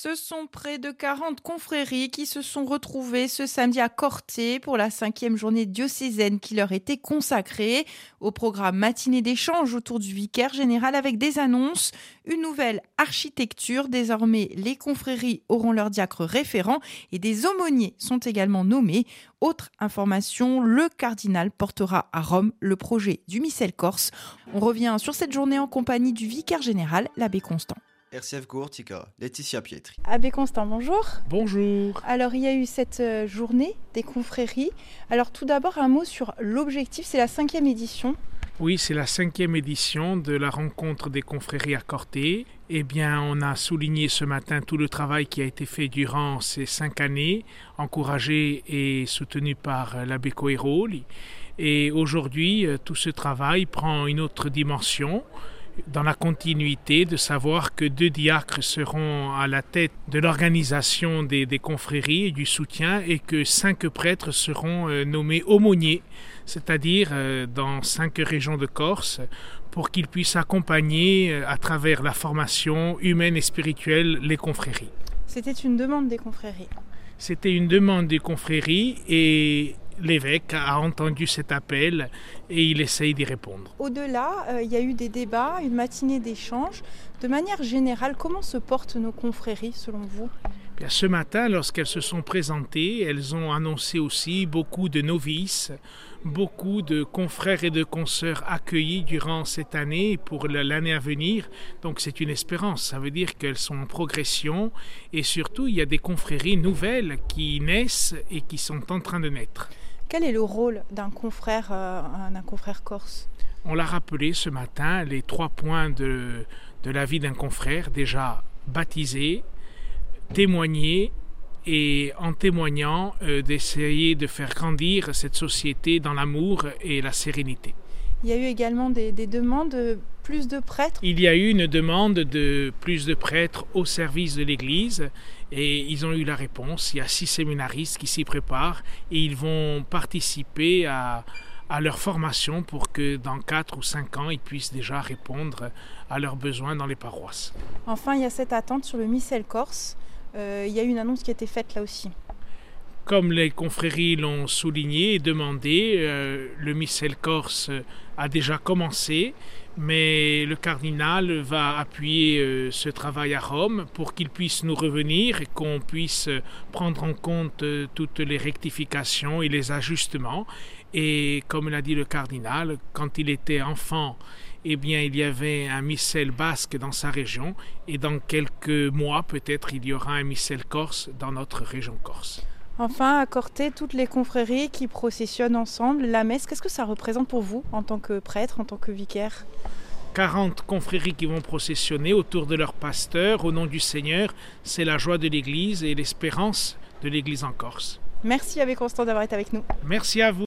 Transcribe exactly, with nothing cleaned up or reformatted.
Ce sont près de quarante confréries qui se sont retrouvées ce samedi à Corté pour la cinquième journée diocésaine qui leur était consacrée. Au programme matinée d'échange autour du vicaire général avec des annonces, une nouvelle architecture. Désormais, les confréries auront leur diacre référent et des aumôniers sont également nommés. Autre information, le cardinal portera à Rome le projet du missel corse. On revient sur cette journée en compagnie du vicaire général, l'abbé Constant. R C F Gourtica, Laetitia Pietri. Abbé Constant, bonjour. Bonjour. Alors, il y a eu cette euh, journée des confréries. Alors, tout d'abord, un mot sur l'objectif. C'est la cinquième édition. Oui, c'est la cinquième édition de la rencontre des confréries à Corté. Eh bien, on a souligné ce matin tout le travail qui a été fait durant ces cinq années, encouragé et soutenu par l'abbé Coeroli. Et aujourd'hui, tout ce travail prend une autre dimension, dans la continuité de savoir que deux diacres seront à la tête de l'organisation des, des confréries et du soutien et que cinq prêtres seront euh, nommés aumôniers, c'est-à-dire euh, dans cinq régions de Corse, pour qu'ils puissent accompagner euh, à travers la formation humaine et spirituelle les confréries. C'était une demande des confréries. C'était une demande des confréries et l'évêque a entendu cet appel et il essaye d'y répondre. Au-delà, euh, il y a eu des débats, une matinée d'échange. De manière générale, comment se portent nos confréries selon vous ? Bien, ce matin, lorsqu'elles se sont présentées, elles ont annoncé aussi beaucoup de novices, beaucoup de confrères et de consoeurs accueillis durant cette année pour l'année à venir. Donc c'est une espérance, ça veut dire qu'elles sont en progression et surtout il y a des confréries nouvelles qui naissent et qui sont en train de naître. Quel est le rôle d'un confrère, euh, d'un confrère corse ? On l'a rappelé ce matin, les trois points de, de la vie d'un confrère, déjà baptisé, témoigner et en témoignant euh, d'essayer de faire grandir cette société dans l'amour et la sérénité. Il y a eu également des, des demandes, plus de prêtres. Il y a eu une demande de plus de prêtres au service de l'Église et ils ont eu la réponse. Il y a six séminaristes qui s'y préparent et ils vont participer à, à leur formation pour que dans quatre ou cinq ans, ils puissent déjà répondre à leurs besoins dans les paroisses. Enfin, il y a cette attente sur le missel corse. Euh, il y a eu une annonce qui a été faite là aussi. Comme les confréries l'ont souligné et demandé, euh, le missel corse a déjà commencé, mais le cardinal va appuyer euh, ce travail à Rome pour qu'il puisse nous revenir et qu'on puisse prendre en compte euh, toutes les rectifications et les ajustements. Et comme l'a dit le cardinal, quand il était enfant, eh bien, il y avait un missel basque dans sa région et dans quelques mois, peut-être, il y aura un missel corse dans notre région corse. Enfin, à Corté, toutes les confréries qui processionnent ensemble, la messe, qu'est-ce que ça représente pour vous en tant que prêtre, en tant que vicaire ? quarante confréries qui vont processionner autour de leur pasteur au nom du Seigneur. C'est la joie de l'Église et l'espérance de l'Église en Corse. Merci, abbé Constant, d'avoir été avec nous. Merci à vous.